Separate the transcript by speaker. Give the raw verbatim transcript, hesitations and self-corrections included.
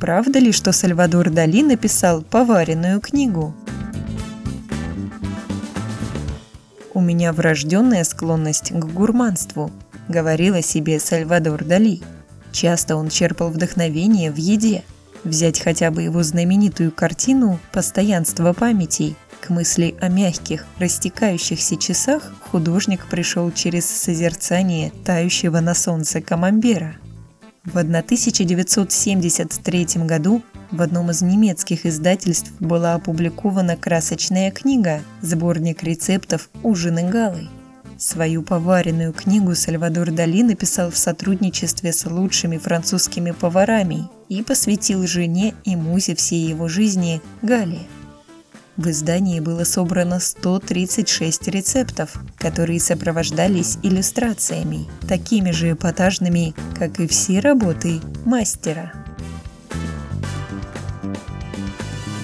Speaker 1: правда ли, что Сальвадор Дали написал поваренную книгу? «У меня врожденная склонность к гурманству», — говорил о себе Сальвадор Дали. Часто он черпал вдохновение в еде. Взять хотя бы его знаменитую картину «Постоянство памятей». К мысли о мягких, растекающихся часах художник пришел через созерцание тающего на солнце камамбера. В тысяча девятьсот семьдесят третьем году в одном из немецких издательств была опубликована красочная книга «Сборник рецептов ужины Галы». Свою поваренную книгу Сальвадор Дали написал в сотрудничестве с лучшими французскими поварами и посвятил жене и музе всей его жизни Гале. В издании было собрано сто тридцать шесть рецептов, которые сопровождались иллюстрациями, такими же эпатажными, как и все работы мастера.